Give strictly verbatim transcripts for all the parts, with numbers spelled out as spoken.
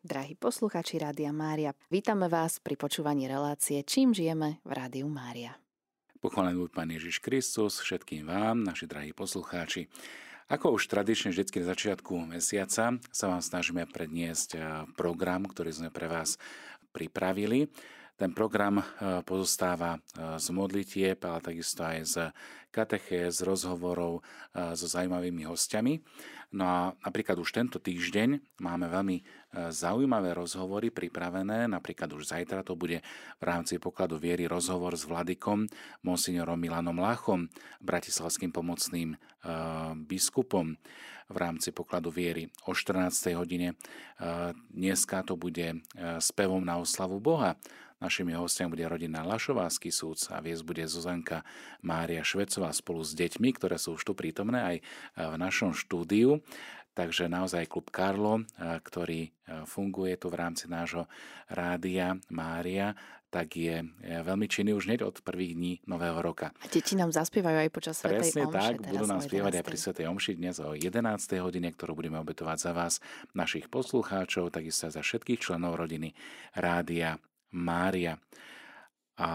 Drahí poslucháči Rádia Mária, vítame vás pri počúvaní relácie Čím žijeme v Rádiu Mária. Pochválený buď Pán Ježiš Kristus, všetkým vám, naši drahí poslucháči. Ako už tradične vždy na začiatku mesiaca sa vám snažíme predniesť program, ktorý sme pre vás pripravili. Ten program pozostáva z modlitieb, ale takisto aj z katechéz, z rozhovorov so zaujímavými hostiami. No a napríklad už tento týždeň máme veľmi zaujímavé rozhovory pripravené. Napríklad už zajtra to bude v rámci Pokladu viery rozhovor s vladykom monsignorom Milanom Lachom, bratislavským pomocným biskupom v rámci Pokladu viery o štrnástej hodine. Dneska to bude spevom na oslavu Boha. Našimi hostiami bude rodina Lašová z Kisúc a viesť bude Zuzanka Mária Švecová spolu s deťmi, ktoré sú už tu prítomné aj v našom štúdiu. Takže naozaj klub Karlo, ktorý funguje tu v rámci nášho Rádia Mária, tak je veľmi činný už hneď od prvých dní nového roka. A deti nám zaspievajú aj počas svätej omše. Presne tak, budú nám spievať aj pri svätej omši dnes o jedenástej hodine, ktorú budeme obetovať za vás, našich poslucháčov, takisto za všetkých členov rodiny Rádia Mária. A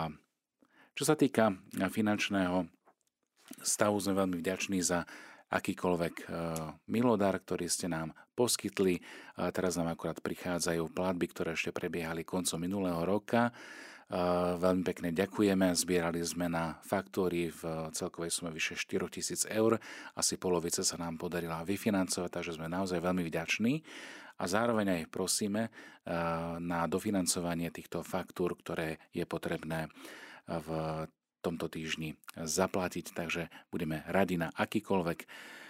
čo sa týka finančného stavu, sme veľmi vďační za akýkoľvek milodar, ktorý ste nám poskytli. Teraz nám akurát prichádzajú platby, ktoré ešte prebiehali koncom minulého roka. Veľmi pekne ďakujeme. Zbierali sme na faktúry v celkovej sume vyše štyritisíc eur. Asi polovica sa nám podarila vyfinancovať, takže sme naozaj veľmi vďační. A zároveň aj prosíme na dofinancovanie týchto faktúr, ktoré je potrebné v tomto týždni zaplatiť. Takže budeme radi na akýkoľvek,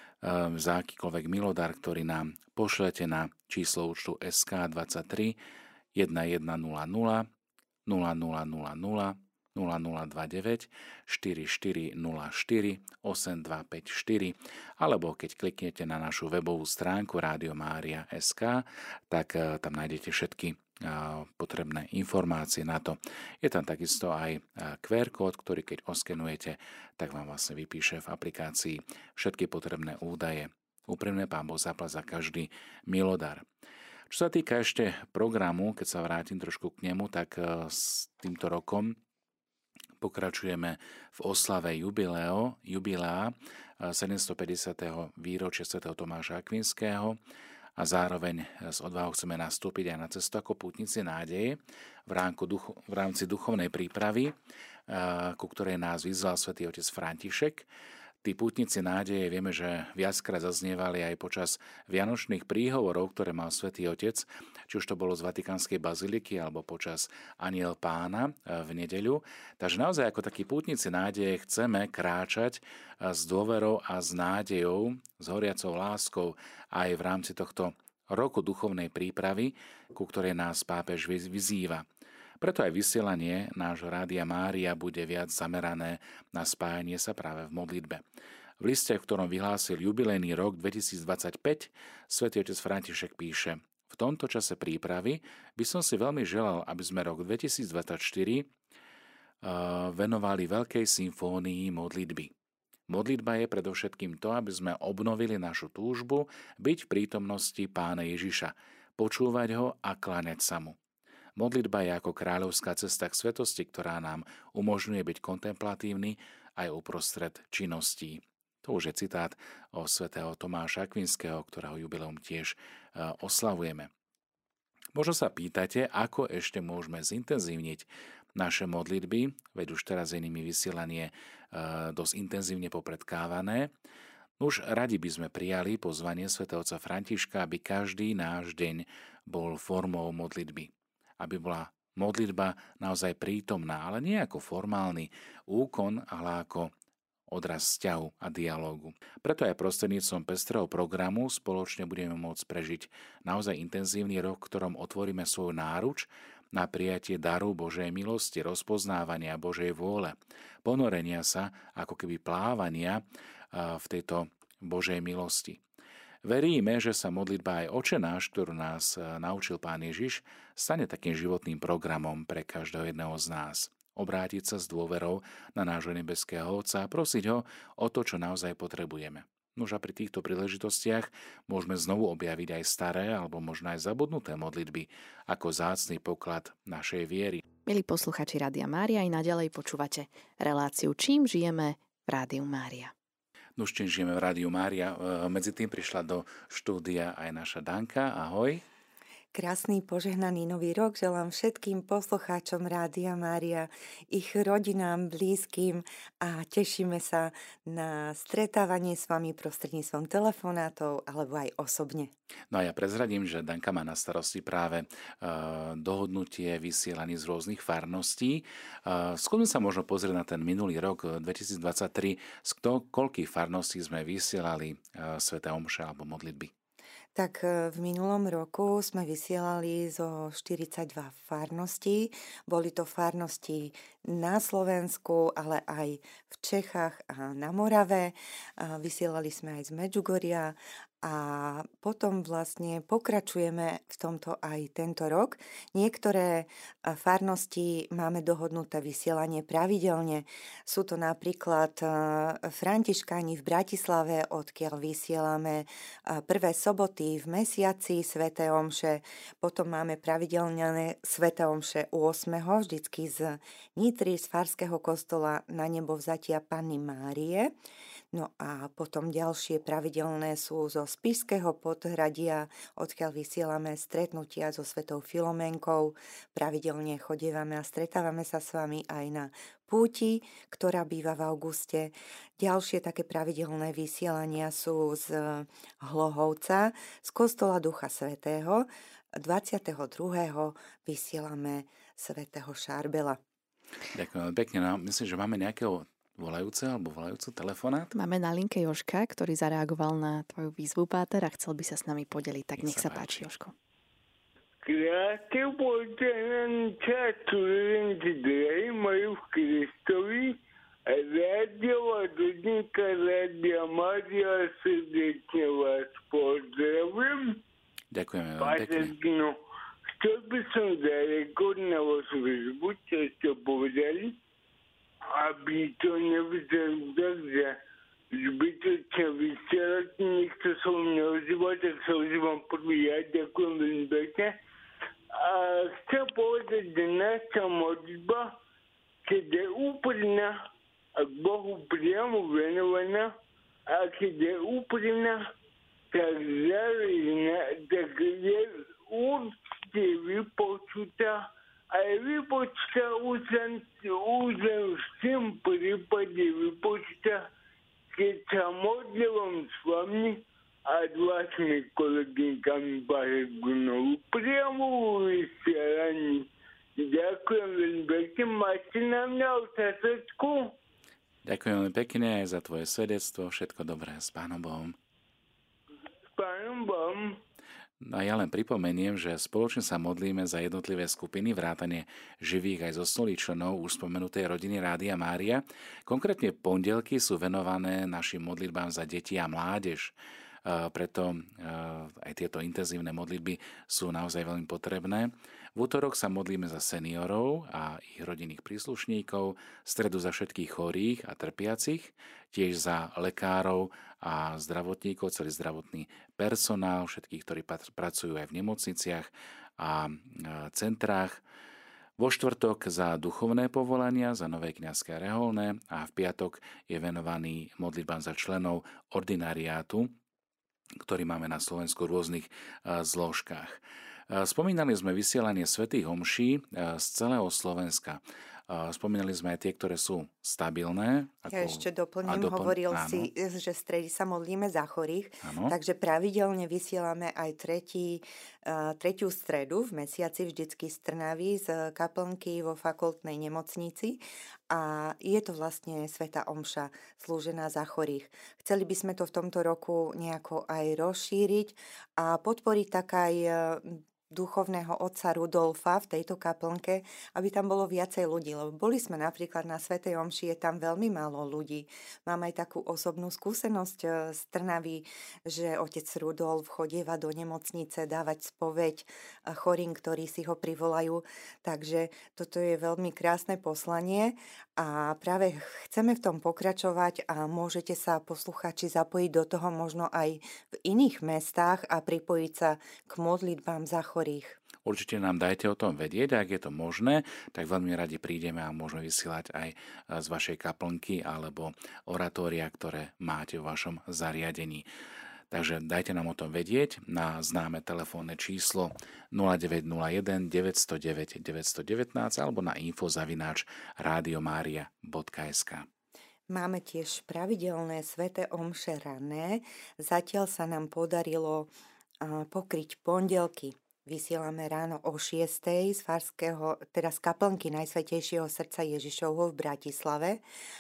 za akýkoľvek milodar, ktorý nám pošlete na číslo účtu es ká dvadsaťtri jeden jeden nula nula nula nula nula nula nula nula dvadsaťdeväť štyri štyri nula štyri osem dva päť štyri, alebo keď kliknete na našu webovú stránku rádio mária bodka es ká, tak tam nájdete všetky potrebné informácie na to. Je tam takisto aj kú er kód, ktorý keď oskenujete, tak vám vlastne vypíše v aplikácii všetky potrebné údaje. Úprimne Pán Boh zaplať za každý milodar. Čo sa týka ešte programu, keď sa vrátim trošku k nemu, tak s týmto rokom pokračujeme v oslave jubileo, jubilea sedemstopäťdesiateho výročia svätého Tomáša Akvinského a zároveň s odvahou chceme nastúpiť aj na cestu ako pútnici nádeje v, ducho, v rámci duchovnej prípravy, ku ktorej nás vyzval svätý otec František. Tí pútnici nádeje vieme, že viackrát zaznievali aj počas vianočných príhovorov, ktoré mal svätý Otec, či už to bolo z Vatikánskej baziliky alebo počas Anjel Pána v nedeľu. Takže naozaj ako takí pútnici nádeje chceme kráčať s dôverou a s nádejou, s horiacou láskou aj v rámci tohto roku duchovnej prípravy, ku ktorej nás pápež vyzýva. Preto aj vysielanie nášho Rádia Mária bude viac zamerané na spájanie sa práve v modlitbe. V liste, v ktorom vyhlásil jubilejný rok dvetisícdvadsaťpäť, svätý otec František píše: V tomto čase prípravy by som si veľmi želal, aby sme rok dvetisícdvadsaťštyri venovali veľkej symfónii modlitby. Modlitba je predovšetkým to, aby sme obnovili našu túžbu byť v prítomnosti Pána Ježiša, počúvať ho a kláňať sa mu. Modlitba je ako kráľovská cesta k svetosti, ktorá nám umožňuje byť kontemplatívny aj uprostred činností. To už je citát od svätého Tomáša Akvinského, ktorého jubileum tiež oslavujeme. Možno sa pýtate, ako ešte môžeme zintenzívniť naše modlitby, veď už teraz je nimi vysielanie dosť intenzívne popredkávané. Už radi by sme prijali pozvanie svätého otca Františka, aby každý náš deň bol formou modlitby. Aby bola modlitba naozaj prítomná, ale nie ako formálny úkon, ale ako odraz vzťahu a dialógu. Preto aj prostredníctvom pestrého programu spoločne budeme môcť prežiť naozaj intenzívny rok, v ktorom otvoríme svoju náruč na prijatie daru Božej milosti, rozpoznávania Božej vôle, ponorenia sa, ako keby plávania v tejto Božej milosti. Veríme, že sa modlitba aj Otčenáš, ktorú nás naučil Pán Ježiš, stane takým životným programom pre každého jedného z nás. Obrátiť sa s dôverou na nášho nebeského Otca a prosiť ho o to, čo naozaj potrebujeme. Nož a pri týchto príležitostiach môžeme znovu objaviť aj staré alebo možno aj zabudnuté modlitby ako vzácny poklad našej viery. Milí posluchači Rádia Mária, aj naďalej počúvate reláciu Čím žijeme v Rádiu Mária. No s čím žijeme v Rádiu Mária. Medzi tým prišla do štúdia aj naša Danka. Ahoj. Krásny požehnaný nový rok želám všetkým poslucháčom Rádia Mária, ich rodinám, blízkym a tešíme sa na stretávanie s vami prostredníctvom telefonátov alebo aj osobne. No a ja prezradím, že Danka má na starosti práve uh, dohodnutie vysielaní z rôznych farností. Uh, skúsme sa možno pozrieť na ten minulý rok dvetisícdvadsaťtri, z kto, koľkých farností sme vysielali uh, sväté omše alebo modlitby. Tak v minulom roku sme vysielali zo štyridsaťdva farností. Boli to farnosti na Slovensku, ale aj v Čechách a na Morave. Vysielali sme aj z Medžugoria a potom vlastne pokračujeme v tomto aj tento rok. Niektoré farnosti máme dohodnuté vysielanie pravidelne. Sú to napríklad Františkáni v Bratislave, odkiaľ vysielame prvé soboty v mesiaci sväté omše. Potom máme pravidelné sväté omše ôsmeho vždycky z Nitry, z Farského kostola Na nebovzatia Panny Márie. No a potom ďalšie pravidelné sú zo Spišského Podhradia, odkiaľ vysielame stretnutia so Svetou Filoménkou. Pravidelne chodievame a stretávame sa s vami aj na púti, ktorá býva v auguste. Ďalšie také pravidelné vysielania sú z Hlohovca, z kostola Ducha Svätého. dvadsiateho druhého vysielame svätého Šarbela. Ďakujem pekne. No, myslím, že máme nejakého volajúce alebo volajúcu telefonát? Máme na linke Jožka, ktorý zareagoval na tvoju výzvu, páter, a chcel by sa s nami podeliť. Tak nech, nech sa páči, Jožko. Krásne požehnaný čas, študenti drahí moji v Kristovi, a rádiová rodinka Rádia Mária, srdečne vás pozdravujem. Ďakujeme veľmi pekne. No, chcel by som zareagovať na vašu výzvu, čo ste povedali, aby to nevyzeralo tak, že zbytočne vysielať, niekto sa mňa ozýva, tak sa ozývam prvý ja, ďakujem veľmi pekne. A chcem povedať, že naša modlitba, keď je úprimná a k Bohu priamo venovaná, a keď je úprimná, tak záležná, tak je určite vypočutá. A je vypočta už len v tým prípade vypočta, keď sa modlím s vami a s vašimi kolegynkami Baregunovú. Priamo vo vysielaní. Ďakujem veľmi pekne. Máte na mňa otázku? Ďakujem veľmi pekne aj za tvoje svedectvo. Všetko dobré s Pánom Bohom. S Pánom Bohom. No a ja len pripomeniem, že spoločne sa modlíme za jednotlivé skupiny vrátane živých aj zosnulých členov už spomenutej rodiny Rádia Mária. Konkrétne pondelky sú venované našim modlitbám za deti a mládež. Preto aj tieto intenzívne modlitby sú naozaj veľmi potrebné. V útorok sa modlíme za seniorov a ich rodinných príslušníkov, v stredu za všetkých chorých a trpiacich, tiež za lekárov a zdravotníkov, celý zdravotný personál, všetkých, ktorí pracujú aj v nemocniciach a centrách. Vo štvrtok za duchovné povolania, za nové kňazské a reholné a v piatok je venovaný modlitbám za členov ordinariátu, ktorý máme na Slovensku v rôznych zložkách. Spomínali sme vysielanie svätých omší z celého Slovenska. Spomínali sme aj tie, ktoré sú stabilné. Ako... Ja ešte doplním, dopl... hovoril áno. si, že v strede sa modlíme za chorých, áno. Takže pravidelne vysielame aj tretí, uh, tretiu stredu v mesiaci vždycky z Trnavy, z kaplnky vo fakultnej nemocnici a je to vlastne svätá omša slúžená za chorých. Chceli by sme to v tomto roku nejako aj rozšíriť a podporiť tak aj uh, duchovného otca Rudolfa v tejto kaplnke, aby tam bolo viacej ľudí, lebo boli sme napríklad na svätej omši, je tam veľmi málo ľudí. Mám aj takú osobnú skúsenosť e, z Trnavy, že otec Rudolf chodieva do nemocnice dávať spoveď e, chorým, ktorí si ho privolajú. Takže toto je veľmi krásne poslanie a práve chceme v tom pokračovať a môžete sa poslucháči zapojiť do toho možno aj v iných mestách a pripojiť sa k modlitbám za chorých. Určite nám dajte o tom vedieť, ak je to možné, tak veľmi radi prídeme a môžeme vysielať aj z vašej kaplnky alebo oratória, ktoré máte v vašom zariadení. Takže dajte nám o tom vedieť na známe telefónne číslo nula deväť nula jeden deväť nula deväť deväť jedna deväť alebo na info zavináč radiomaria bodka es ká. Máme tiež pravidelné sväté omše ranné. Zatiaľ sa nám podarilo pokryť pondelky. Vysielame ráno o šiestej z farského, teda z kaplnky Najsvätejšieho srdca Ježišovho v Bratislave.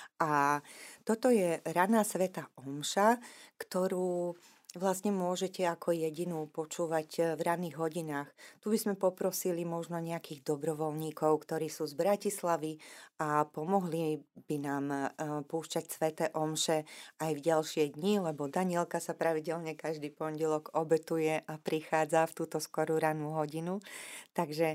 A toto je ranná svätá omša, ktorú vlastne môžete ako jedinú počúvať v ranných hodinách. Tu by sme poprosili možno nejakých dobrovoľníkov, ktorí sú z Bratislavy a pomohli by nám púšťať sväté omše aj v ďalšie dni, lebo Danielka sa pravidelne každý pondelok obetuje a prichádza v túto skorú rannú hodinu. Takže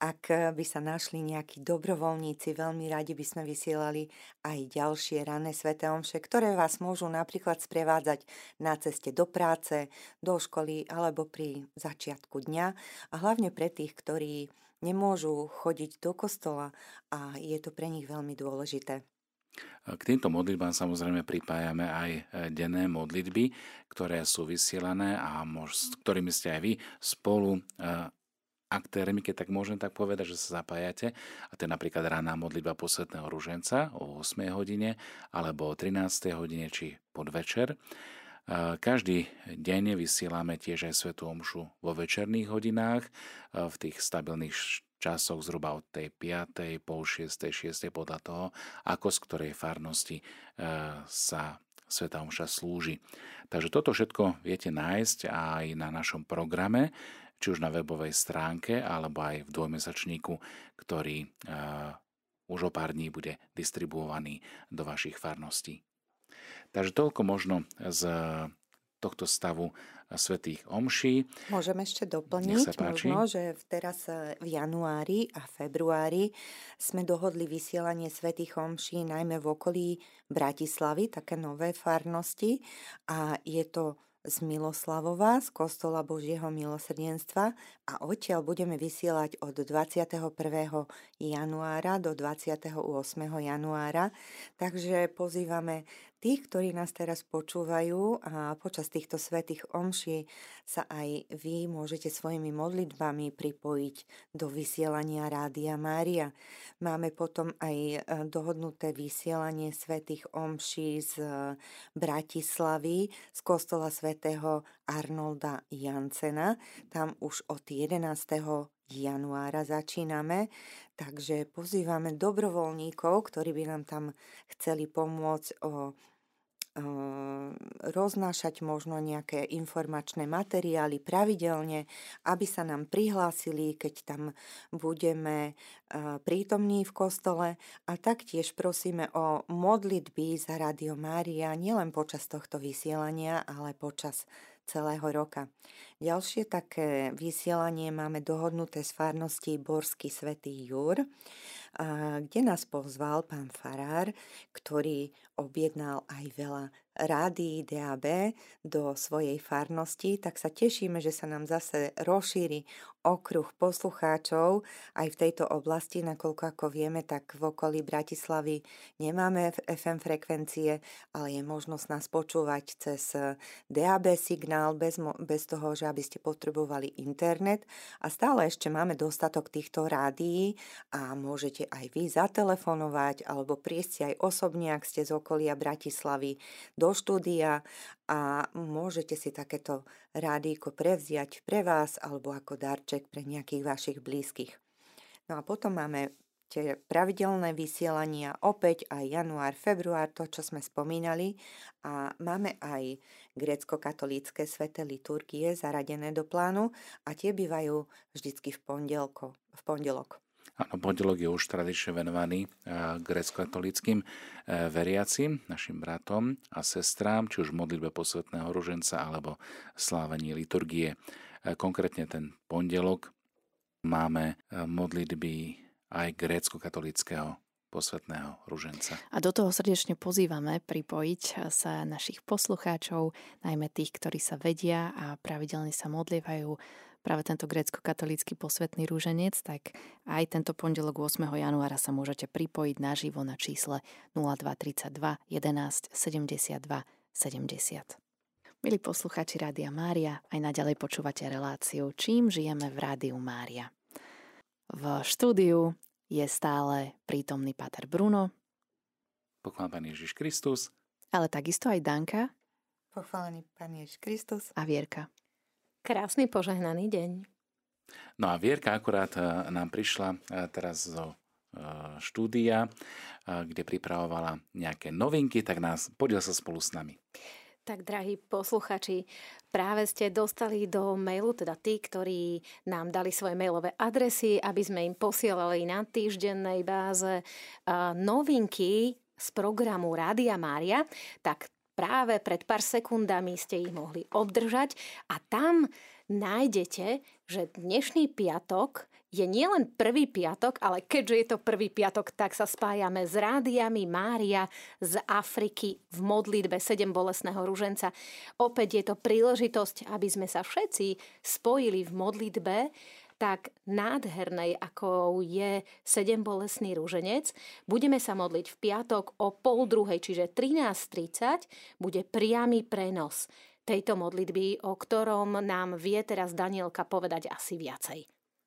ak by sa našli nejakí dobrovoľníci, veľmi radi by sme vysielali aj ďalšie ranné sväté omše, ktoré vás môžu napríklad sprevádzať na ceste do práce, do školy alebo pri začiatku dňa a hlavne pre tých, ktorí nemôžu chodiť do kostola a je to pre nich veľmi dôležité. K týmto modlitbám samozrejme pripájame aj denné modlitby, ktoré sú vysielané a s ktorými ste aj vy spolu aktérmi, keď tak môžem tak povedať, že sa zapájate. A to je napríklad ranná modlitba posvätného ruženca o ôsmej hodine alebo o trinástej hodine či podvečer. Každý deň vysielame tiež aj svätú omšu vo večerných hodinách, v tých stabilných časoch zhruba od tej piatej, pol šiestej, šiestej podľa toho, ako z ktorej farnosti sa svätá omša slúži. Takže toto všetko viete nájsť aj na našom programe, či už na webovej stránke, alebo aj v dvojmesačníku, ktorý už o pár dní bude distribuovaný do vašich farností. Takže toľko možno z tohto stavu svätých omší. Môžem ešte doplniť, možno, že teraz v januári a februári sme dohodli vysielanie svätých omší najmä v okolí Bratislavy, také nové farnosti a je to z Miloslavova, z kostola Božieho milosrdenstva a odtiaľ budeme vysielať od dvadsiateho prvého januára do dvadsiateho ôsmeho januára. Takže pozývame tých, ktorí nás teraz počúvajú a počas týchto svätých omší sa aj vy môžete svojimi modlitbami pripojiť do vysielania Rádia Mária. Máme potom aj dohodnuté vysielanie svätých omší z Bratislavy, z kostola svätého Arnolda Jansena. Tam už od jedenásteho januára začíname, takže pozývame dobrovoľníkov, ktorí by nám tam chceli pomôcť o roznášať možno nejaké informačné materiály pravidelne, aby sa nám prihlásili, keď tam budeme prítomní v kostole a taktiež prosíme o modlitby za Rádio Mária nielen počas tohto vysielania, ale počas celého roka. Ďalšie také vysielanie máme dohodnuté z farnosti Borský svätý Jur, kde nás pozval pán farár, ktorý objednal aj veľa rádií dé á bé do svojej farnosti, tak sa tešíme, že sa nám zase rozšíri okruh poslucháčov aj v tejto oblasti, nakoľko ako vieme, tak v okolí Bratislavy nemáme ef em frekvencie, ale je možnosť nás počúvať cez dé á bé signál bez, bez toho, že aby ste potrebovali internet a stále ešte máme dostatok týchto rádií a môžete aj vy zatelefonovať alebo prísť si aj osobne, ak ste z okolia Bratislavy, do štúdia a môžete si takéto rádíko prevziať pre vás alebo ako darček pre nejakých vašich blízkych. No a potom máme tie pravidelné vysielania, opäť aj január, február, to, čo sme spomínali a máme aj grécko-katolícke sväté liturgie zaradené do plánu a tie bývajú vždycky v, pondelko, v pondelok. Áno, pondelok je už tradične venovaný grécko-katolíckym veriacim, našim bratom a sestrám, či už v modlitbe posvätného ruženca alebo slávení liturgie. Konkrétne ten pondelok máme modlitby aj grécko-katolíckeho posvätného ruženca. A do toho srdečne pozývame pripojiť sa našich poslucháčov, najmä tých, ktorí sa vedia a pravidelne sa modlievajú práve tento grécko-katolícky posvätný ruženec, tak aj tento pondelok ôsmeho januára sa môžete pripojiť naživo na čísle nula dva tridsaťdva jedenásť sedemdesiatdva sedemdesiat. Milí poslucháči Rádia Mária, aj naďalej počúvate reláciu Čím žijeme v Rádiu Mária. V štúdiu je stále prítomný páter Bruno. Pochválený Pán Ježiš Kristus. Ale takisto aj Danka. Pochválený Pán Ježiš Kristus. A Vierka. Krásny požehnaný deň. No a Vierka akurát nám prišla teraz zo štúdia, kde pripravovala nejaké novinky, tak nás podiel sa spolu s nami. Tak, drahí posluchači, práve ste dostali do mailu, teda tí, ktorí nám dali svoje mailové adresy, aby sme im posielali na týždennej báze novinky z programu Rádia Mária, tak práve pred pár sekundami ste ich mohli obdržať a tam nájdete, že dnešný piatok je nielen prvý piatok, ale keďže je to prvý piatok, tak sa spájame s Rádiami Mária z Afriky v modlitbe sedem bolestného ruženca. Opäť je to príležitosť, aby sme sa všetci spojili v modlitbe tak nádhernej, ako je sedem bolestný ruženec. Budeme sa modliť v piatok o pol druhej, čiže trinásť tridsať, bude priamy prenos tejto modlitby, o ktorom nám vie teraz Danielka povedať asi viacej.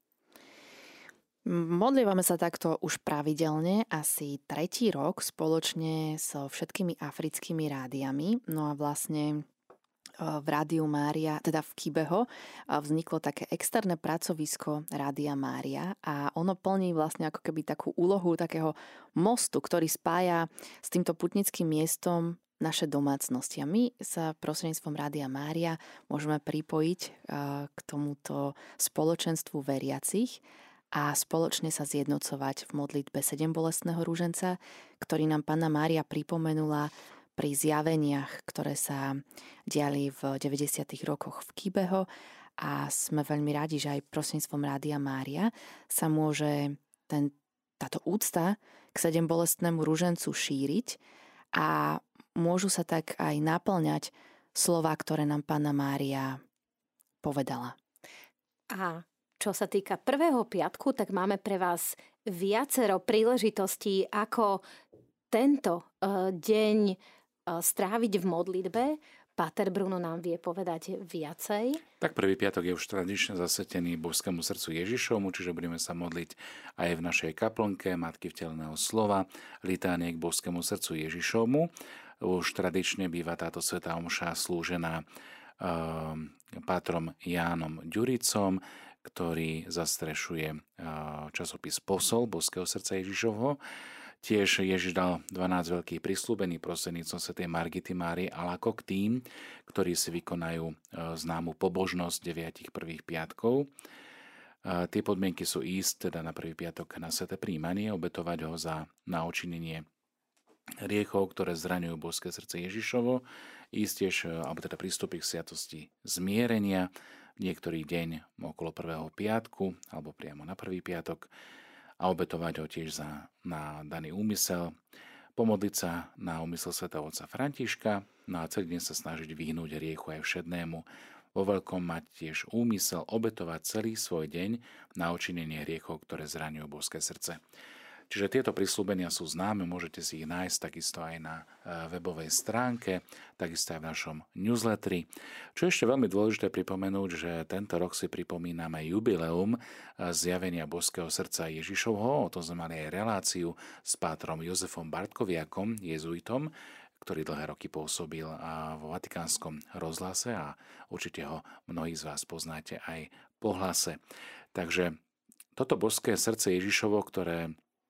Modlívame sa takto už pravidelne, asi tretí rok spoločne so všetkými africkými rádiami. No a vlastne v Rádiu Mária, teda v Kibeho, vzniklo také externé pracovisko Rádia Mária a ono plní vlastne ako keby takú úlohu takého mostu, ktorý spája s týmto putnickým miestom naše domácnosti. A my sa prostredníctvom Rádia Mária môžeme pripojiť k tomuto spoločenstvu veriacich a spoločne sa zjednocovať v modlitbe sedem bolestného ruženca, ktorý nám Panna Mária pripomenula pri zjaveniach, ktoré sa diali v deväťdesiatych rokoch v Kibeho, a sme veľmi radi, že aj prostredníctvom Rádia Mária sa môže ten, táto úcta k sedem bolestnému ružencu šíriť a môžu sa tak aj naplňať slová, ktoré nám Panna Mária povedala. A čo sa týka prvého piatku, tak máme pre vás viacero príležitostí, ako tento uh, deň uh, stráviť v modlitbe. Páter Bruno nám vie povedať viacej. Tak prvý piatok je už tradične zasvetený Božskému srdcu Ježišovmu, čiže budeme sa modliť aj v našej kaplnke Matky vteleného slova, litánie k Božskému srdcu Ježišovmu. Už tradične býva táto svätá omša slúžená uh, pátrom Jánom Ďuricom, ktorý zastrešuje časopis Posol Božského srdca Ježišovho. Tiež Ježiš dal dvanásť veľkých prisľúbení prostredníctvom svätej Margity Márie Alako k tým, ktorí si vykonajú známu pobožnosť deviatich prvých piatkov. Tie podmienky sú ísť teda na prvý piatok na sväté príjmanie, obetovať ho za na odčinenie hriechov, ktoré zraňujú Božské srdce Ježišovo, ísť tiež, alebo teda pristúpiť k sviatosti zmierenia, niektorý deň okolo prvého piatku alebo priamo na prvý piatok a obetovať ho tiež za, na daný úmysel, pomodliť sa na úmysel svätého otca Františka, no a celý deň sa snažiť vyhnúť riechu aj všednému. Vo veľkom mať tiež úmysel obetovať celý svoj deň na odčinenie hriechov, ktoré zraňujú Božské srdce. Čiže tieto prisľúbenia sú známe, môžete si ich nájsť takisto aj na webovej stránke, takisto aj v našom newsletteri. Čo ešte veľmi dôležité pripomenúť, že tento rok si pripomíname jubileum zjavenia Božského srdca Ježišovho. O tom sme mali aj reláciu s pátrom Jozefom Bartkoviakom, jezuitom, ktorý dlhé roky pôsobil vo Vatikánskom rozhlase a určite ho mnohí z vás poznáte aj po hlase. Takže toto Božské srdce Ježišovo, ktoré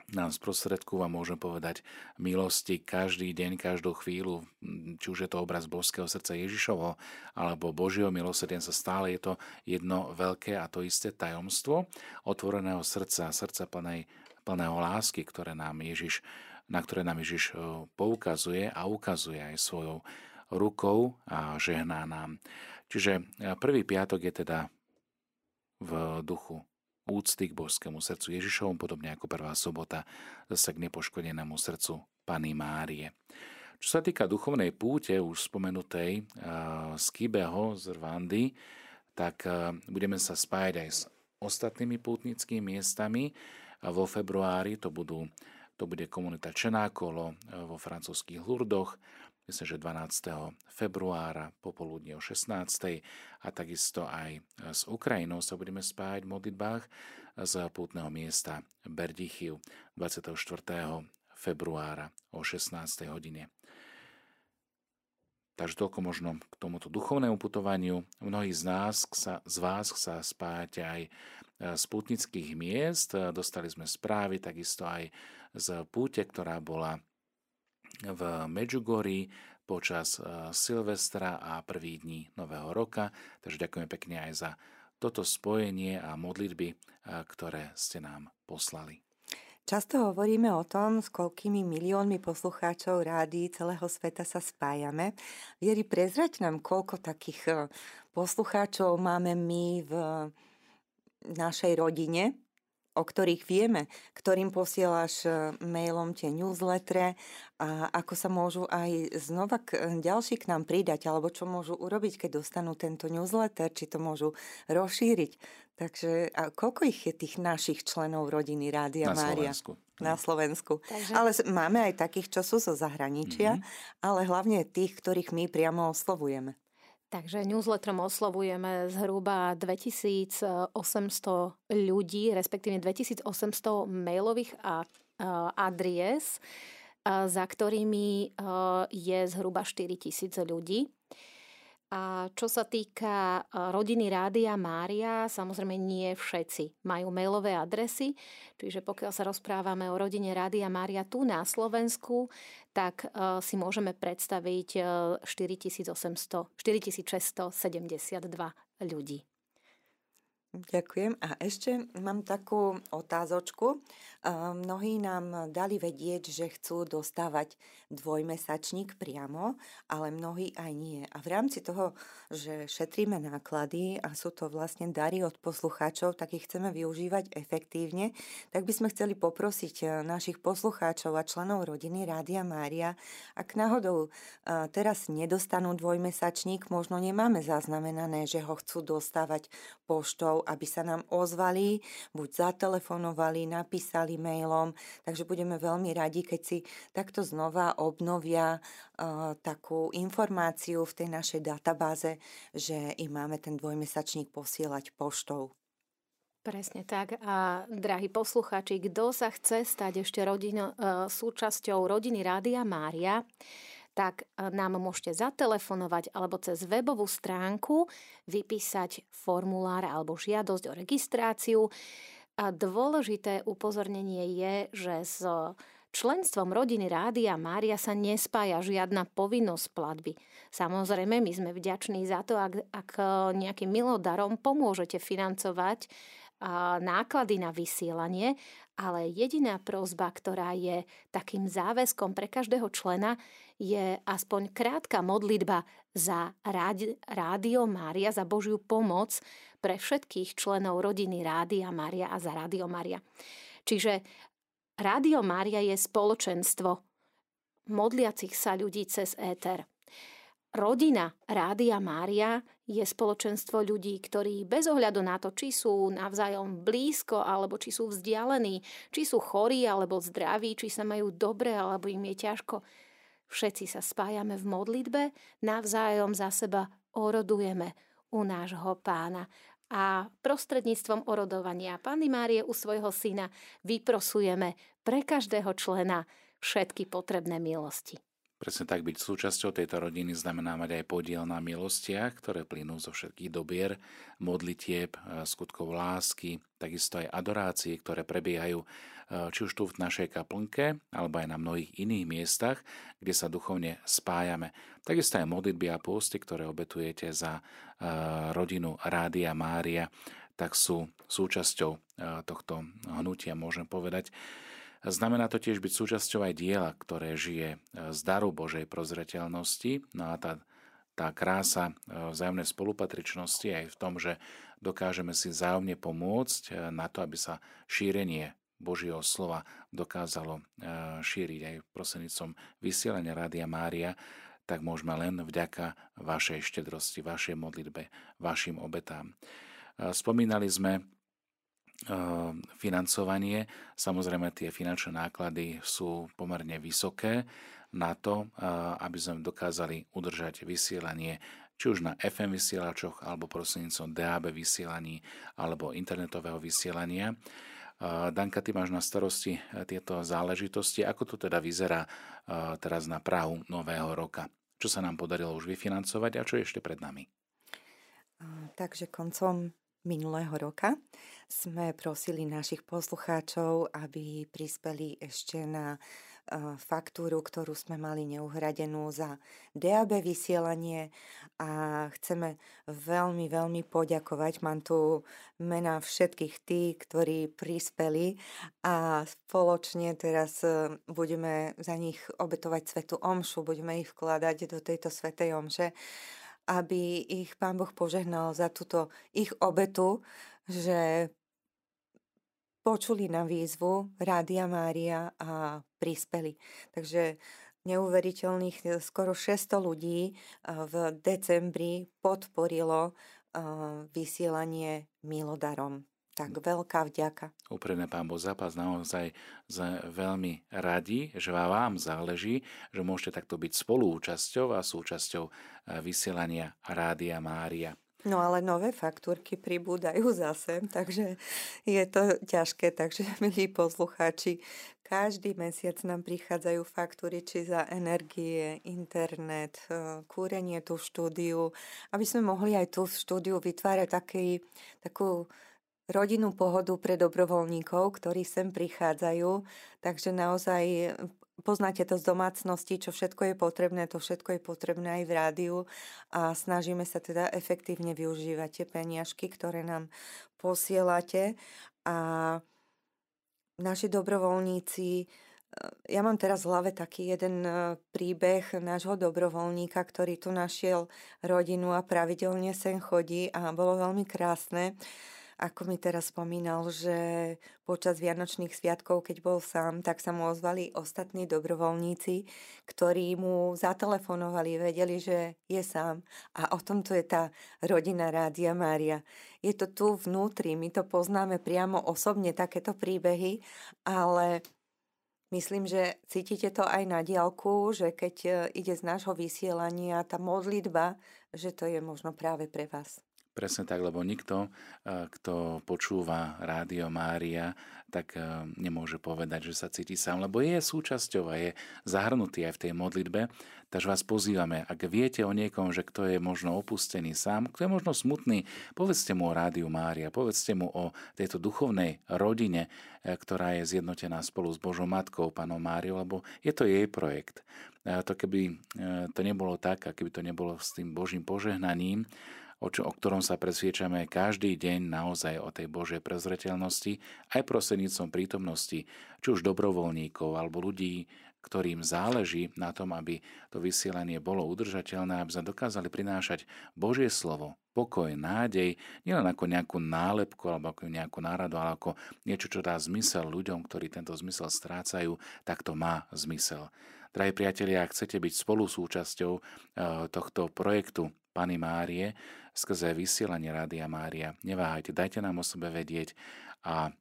nám sprostredkúva, môžem povedať, milosti každý deň, každú chvíľu, či už je to obraz božského srdca Ježišovho, alebo Božieho milosrdenstva, stále je to jedno veľké a to isté tajomstvo otvoreného srdca, srdca plnej, plného lásky, ktoré nám Ježiš, na ktoré nám Ježiš poukazuje a ukazuje aj svojou rukou a žehná nám. Čiže prvý piatok je teda v duchu úcty k božskému srdcu Ježišovom, podobne ako prvá sobota zase k nepoškodenému srdcu Panny Márie. Čo sa týka duchovnej púte, už spomenutej z Kibeho, z Rwandy, tak budeme sa spájať aj s ostatnými pútnickými miestami. Vo februári to, budú, to bude komunita Čenákolo vo francúzskych Lurdoch, myslím, že dvanásteho februára popoludne o šestnástej a takisto aj s Ukrajinou sa budeme spájať v modlitbách z pútneho miesta Berdychiv dvadsiateho štvrtého februára o šestnástej hodine. Takže toľko možno k tomuto duchovnému putovaniu. Mnohí z nás, sa, z vás sa spájate aj z pútnických miest. Dostali sme správy takisto aj z púte, ktorá bola v Medjugorji počas Silvestra a prvých dní Nového roka. Takže ďakujeme pekne aj za toto spojenie a modlitby, ktoré ste nám poslali. Často hovoríme o tom, s koľkými miliónmi poslucháčov rádií celého sveta sa spájame. Vieri, prezrať nám, koľko takých poslucháčov máme my v našej rodine, o ktorých vieme, ktorým posielaš mailom tie newslettere a ako sa môžu aj znova k, ďalší k nám pridať, alebo čo môžu urobiť, keď dostanú tento newsletter, či to môžu rozšíriť. Takže a koľko ich je tých našich členov rodiny Rádia na Mária? Slovensku. Na Slovensku. Takže... Ale máme aj takých, čo sú zo zahraničia, mm-hmm. ale hlavne tých, ktorých my priamo oslovujeme. Takže newsletterom oslovujeme zhruba dvetisícosemsto ľudí, respektíve dvetisícosemsto mailových adries, za ktorými je zhruba štyritisíc ľudí. A čo sa týka rodiny Rádia Mária, samozrejme nie všetci majú mailové adresy, čiže pokiaľ sa rozprávame o rodine Rádia Mária tu na Slovensku, tak si môžeme predstaviť štyritisícšesťstosedemdesiatdva ľudí. Ďakujem. A ešte mám takú otázočku. Mnohí nám dali vedieť, že chcú dostávať dvojmesačník priamo, ale mnohí aj nie. A v rámci toho, že šetríme náklady a sú to vlastne dary od poslucháčov, tak ich chceme využívať efektívne, tak by sme chceli poprosiť našich poslucháčov a členov rodiny Rádia Mária, ak náhodou teraz nedostanú dvojmesačník, možno nemáme zaznamenané, že ho chcú dostávať poštou, aby sa nám ozvali, buď zatelefonovali, napísali mailom. Takže budeme veľmi radi, keď si takto znova obnovia uh, takú informáciu v tej našej databáze, že im máme ten dvojmesačník posielať poštou. Presne tak. A drahí poslucháči, kto sa chce stať ešte rodino, uh, súčasťou rodiny Rádia Mária, tak nám môžete zatelefonovať alebo cez webovú stránku vypísať formulár alebo žiadosť o registráciu. A dôležité upozornenie je, že s členstvom rodiny Rádia Mária sa nespája žiadna povinnosť platby. Samozrejme, my sme vďační za to, ak, ak nejakým milodarom pomôžete financovať náklady na vysielanie, ale jediná prosba, ktorá je takým záväzkom pre každého člena, je aspoň krátka modlitba za Rádio Mária, za Božiu pomoc pre všetkých členov rodiny Rádia Mária a za Rádio Mária. Čiže Rádio Mária je spoločenstvo modliacich sa ľudí cez éter. Rodina Rádia Mária je spoločenstvo ľudí, ktorí bez ohľadu na to, či sú navzájom blízko, alebo či sú vzdialení, či sú chorí, alebo zdraví, či sa majú dobre, alebo im je ťažko. Všetci sa spájame v modlitbe, navzájom za seba orodujeme u nášho Pána. A prostredníctvom orodovania Panny Márie u svojho syna vyprosujeme pre každého člena všetky potrebné milosti. Presne tak, byť súčasťou tejto rodiny znamená mať aj podiel na milostiach, ktoré plynú zo všetkých dobier, modlitieb, skutkov lásky, takisto aj adorácií, ktoré prebiehajú či už tu v našej kaplnke, alebo aj na mnohých iných miestach, kde sa duchovne spájame. Takisto aj modlitby a pôsty, ktoré obetujete za rodinu Rádia Mária, tak sú súčasťou tohto hnutia, môžem povedať. Znamená to tiež byť súčasťou aj diela, ktoré žije z daru Božej prozreteľnosti. No a tá, tá krása vzájomnej spolupatričnosti aj v tom, že dokážeme si vzájomne pomôcť na to, aby sa šírenie Božieho slova dokázalo šíriť aj prostredníctvom vysielania Rádia Mária, tak môžeme len vďaka vašej štedrosti, vašej modlitbe, vašim obetám. Spomínali sme financovanie. Samozrejme, tie finančné náklady sú pomerne vysoké na to, aby sme dokázali udržať vysielanie či už na ef em vysielačoch, alebo prostredníctvom dé á bé vysielaní, alebo internetového vysielania. Danka, ty máš na starosti tieto záležitosti. Ako to teda vyzerá teraz na prahu nového roka? Čo sa nám podarilo už vyfinancovať a čo je ešte pred nami? Takže koncom minulého roka sme prosili našich poslucháčov, aby prispeli ešte na faktúru, ktorú sme mali neuhradenú za dé á bé vysielanie, a chceme veľmi, veľmi poďakovať. Mám tu mená všetkých tých, ktorí prispeli, a spoločne teraz budeme za nich obetovať svätú omšu, budeme ich vkladať do tejto svätej omše, aby ich Pán Boh požehnal za túto ich obetu, že počuli na výzvu Rádia Mária a prispeli. Takže neuveriteľných skoro šesťsto ľudí v decembri podporilo vysielanie milodarom. Tak veľká vďaka. Úprimne, Pán Boh zapas, naozaj sme veľmi radi, že vám záleží, že môžete takto byť spoluúčasťou a súčasťou vysielania Rádia Mária. No ale nové faktúrky pribúdajú zase, takže je to ťažké. Takže, milí poslucháči, každý mesiac nám prichádzajú faktúry, či za energie, internet, kúrenie tu v štúdiu, aby sme mohli aj tu v štúdiu vytvárať taký, takú rodinnú pohodu pre dobrovoľníkov, ktorí sem prichádzajú. Takže naozaj poznáte to z domácnosti, čo všetko je potrebné, to všetko je potrebné aj v rádiu, a snažíme sa teda efektívne využívať tie peniažky, ktoré nám posielate. A naši dobrovoľníci, ja mám teraz v hlave taký jeden príbeh nášho dobrovoľníka, ktorý tu našiel rodinu a pravidelne sem chodí, a bolo veľmi krásne, ako mi teraz spomínal, že počas Vianočných sviatkov, keď bol sám, tak sa mu ozvali ostatní dobrovoľníci, ktorí mu zatelefonovali, vedeli, že je sám. A o tomto je tá rodina Rádia Mária. Je to tu vnútri, my to poznáme priamo osobne, takéto príbehy, ale myslím, že cítite to aj na diaľku, že keď ide z nášho vysielania tá modlitba, že to je možno práve pre vás. Presne tak, lebo nikto, kto počúva Rádio Mária, tak nemôže povedať, že sa cíti sám, lebo je súčasťou a je zahrnutý aj v tej modlitbe. Takže vás pozývame, ak viete o niekom, že kto je možno opustený sám, kto je možno smutný, povedzte mu o Rádiu Mária, povedzte mu o tejto duchovnej rodine, ktorá je zjednotená spolu s Božou Matkou, Pannou Máriou, lebo je to jej projekt. To keby to nebolo tak, a keby to nebolo s tým Božím požehnaním, O, čo, o ktorom sa presviečame každý deň naozaj o tej Božej prezreteľnosti, aj prostredníctvom prítomnosti či už dobrovoľníkov alebo ľudí, ktorým záleží na tom, aby to vysielanie bolo udržateľné, aby sme dokázali prinášať Božie slovo, pokoj, nádej, nielen ako nejakú nálepku alebo ako nejakú náradu, ale ako niečo, čo dá zmysel ľuďom, ktorí tento zmysel strácajú, tak to má zmysel. Drahí priatelia, ak chcete byť spolu súčasťou tohto projektu Panny Márie skrze vysielanie Rádia Mária, neváhajte, dajte nám o sebe vedieť a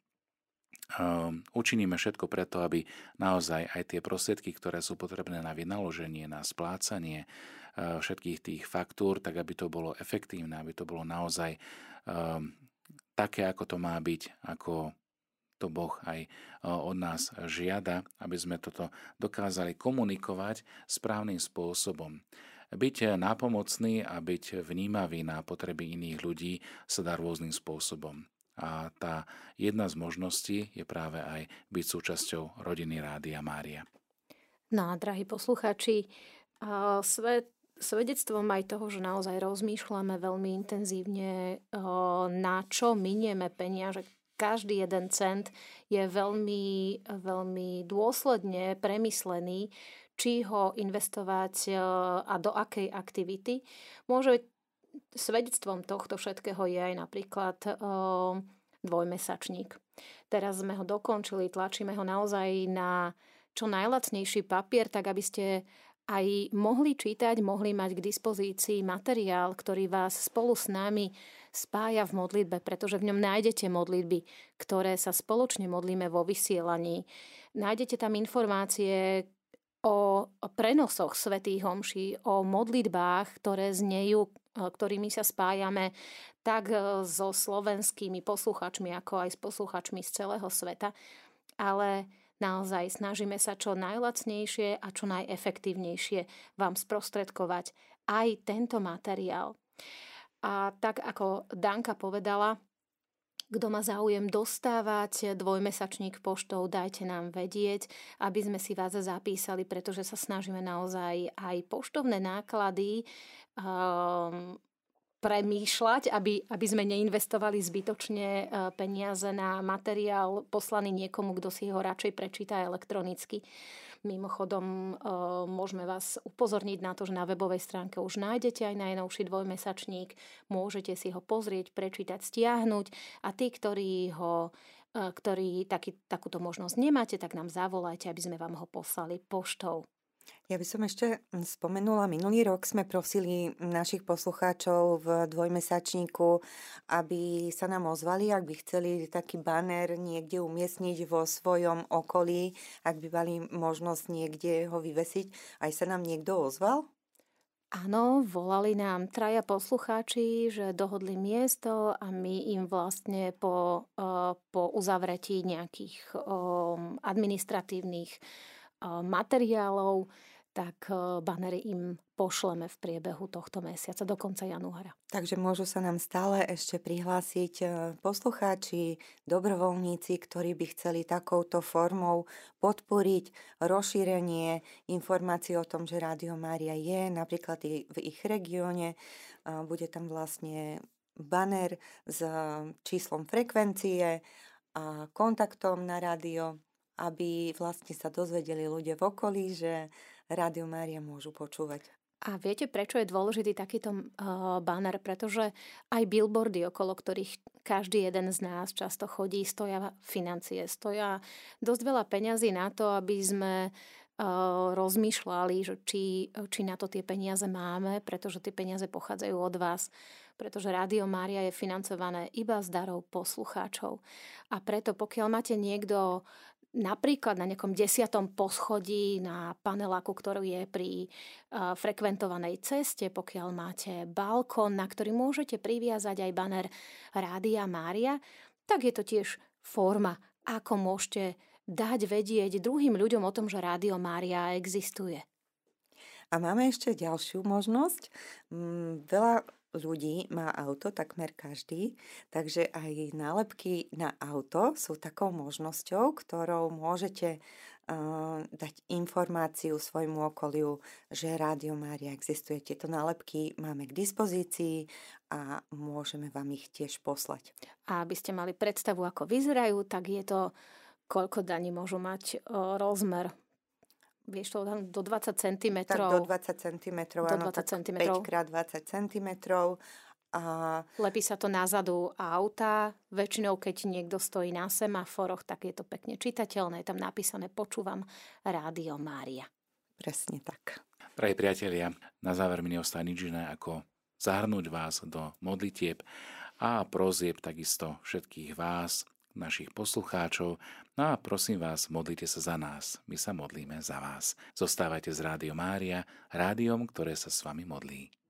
um, učiníme všetko preto, aby naozaj aj tie prostriedky, ktoré sú potrebné na vynaloženie, na splácanie uh, všetkých tých faktúr, tak aby to bolo efektívne, aby to bolo naozaj um, také, ako to má byť, ako to Boh aj od nás žiada, aby sme toto dokázali komunikovať správnym spôsobom. Byť nápomocný a byť vnímavý na potreby iných ľudí sa dá rôznym spôsobom. A tá jedna z možností je práve aj byť súčasťou rodiny Rádia Mária. No a drahí poslucháči, svet svedectvom aj toho, že naozaj rozmýšľame veľmi intenzívne, na čo minieme peniaze. Každý jeden cent je veľmi, veľmi dôsledne premyslený, či ho investovať a do akej aktivity. Môže svedectvom tohto všetkého je aj napríklad dvojmesačník. Teraz sme ho dokončili, tlačíme ho naozaj na čo najlacnejší papier, tak aby ste aj mohli čítať, mohli mať k dispozícii materiál, ktorý vás spolu s nami spája v modlitbe, pretože v ňom nájdete modlitby, ktoré sa spoločne modlíme vo vysielaní. Nájdete tam informácie o prenosoch svätých homší, o modlitbách, ktoré znejú, ktorými sa spájame tak so slovenskými posluchačmi, ako aj s posluchačmi z celého sveta. Ale naozaj snažíme sa čo najlacnejšie a čo najefektívnejšie vám sprostredkovať aj tento materiál. A tak ako Danka povedala, kto má záujem dostávať dvojmesačník poštou, dajte nám vedieť, aby sme si vás zapísali, pretože sa snažíme naozaj aj poštovné náklady um, premýšľať, aby, aby sme neinvestovali zbytočne peniaze na materiál poslaný niekomu, kto si ho radšej prečíta elektronicky. Mimochodom, môžeme vás upozorniť na to, že na webovej stránke už nájdete aj najnovší dvojmesačník. Môžete si ho pozrieť, prečítať, stiahnuť a tí, ktorí, ho, ktorí taký, takúto možnosť nemáte, tak nám zavolajte, aby sme vám ho poslali poštou. Ja by som ešte spomenula, minulý rok sme prosili našich poslucháčov v dvojmesačníku, aby sa nám ozvali, ak by chceli taký banner niekde umiestniť vo svojom okolí, ak by mali možnosť niekde ho vyvesiť. Aj sa nám niekto ozval? Áno, volali nám traja poslucháči, že dohodli miesto a my im vlastne po, po uzavretí nejakých administratívnych materiálov, tak banery im pošleme v priebehu tohto mesiaca, do konca januára. Takže môžu sa nám stále ešte prihlásiť poslucháči, dobrovoľníci, ktorí by chceli takouto formou podporiť rozšírenie informácií o tom, že Rádio Mária je napríklad i v ich regióne. Bude tam vlastne baner s číslom frekvencie a kontaktom na rádio, aby vlastne sa dozvedeli ľudia v okolí, že Rádio Mária môžu počúvať. A viete, prečo je dôležitý takýto uh, banner? Pretože aj billboardy, okolo ktorých každý jeden z nás často chodí, stoja financie, stoja dosť veľa peňazí na to, aby sme uh, rozmýšľali, že či, či na to tie peniaze máme, pretože tie peniaze pochádzajú od vás. Pretože Rádio Mária je financované iba z darov poslucháčov. A preto, pokiaľ máte niekto napríklad na nejakom desiatom poschodí na paneláku, ktorý je pri uh, frekventovanej ceste, pokiaľ máte balkón, na ktorý môžete priviazať aj baner Rádia Mária, tak je to tiež forma, ako môžete dať vedieť druhým ľuďom o tom, že Rádio Mária existuje. A máme ešte ďalšiu možnosť. Veľa ľudí má auto, takmer každý, takže aj nálepky na auto sú takou možnosťou, ktorou môžete uh, dať informáciu svojmu okoliu, že Rádio Mária existuje. Tieto nálepky máme k dispozícii a môžeme vám ich tiež poslať. A aby ste mali predstavu, ako vyzerajú, tak je to, koľko daní môžu mať uh, rozmer. Vieš to, do dvadsať centimetrov. Tak do dvadsať centimetrov, áno, tak päť krát dvadsať centimetrov. A... Lepí sa to nazadu auta. Väčšinou, keď niekto stojí na semaforoch, tak je to pekne čitateľné. Je tam napísané Počúvam Rádio Mária. Presne tak. Drahí priatelia, na záver mi neostáva nič iné, ako zahrnúť vás do modlitieb a prosieb takisto všetkých vás, našich poslucháčov. No a prosím vás, modlite sa za nás. My sa modlíme za vás. Zostávajte z Rádio Mária, rádiom, ktoré sa s vami modlí.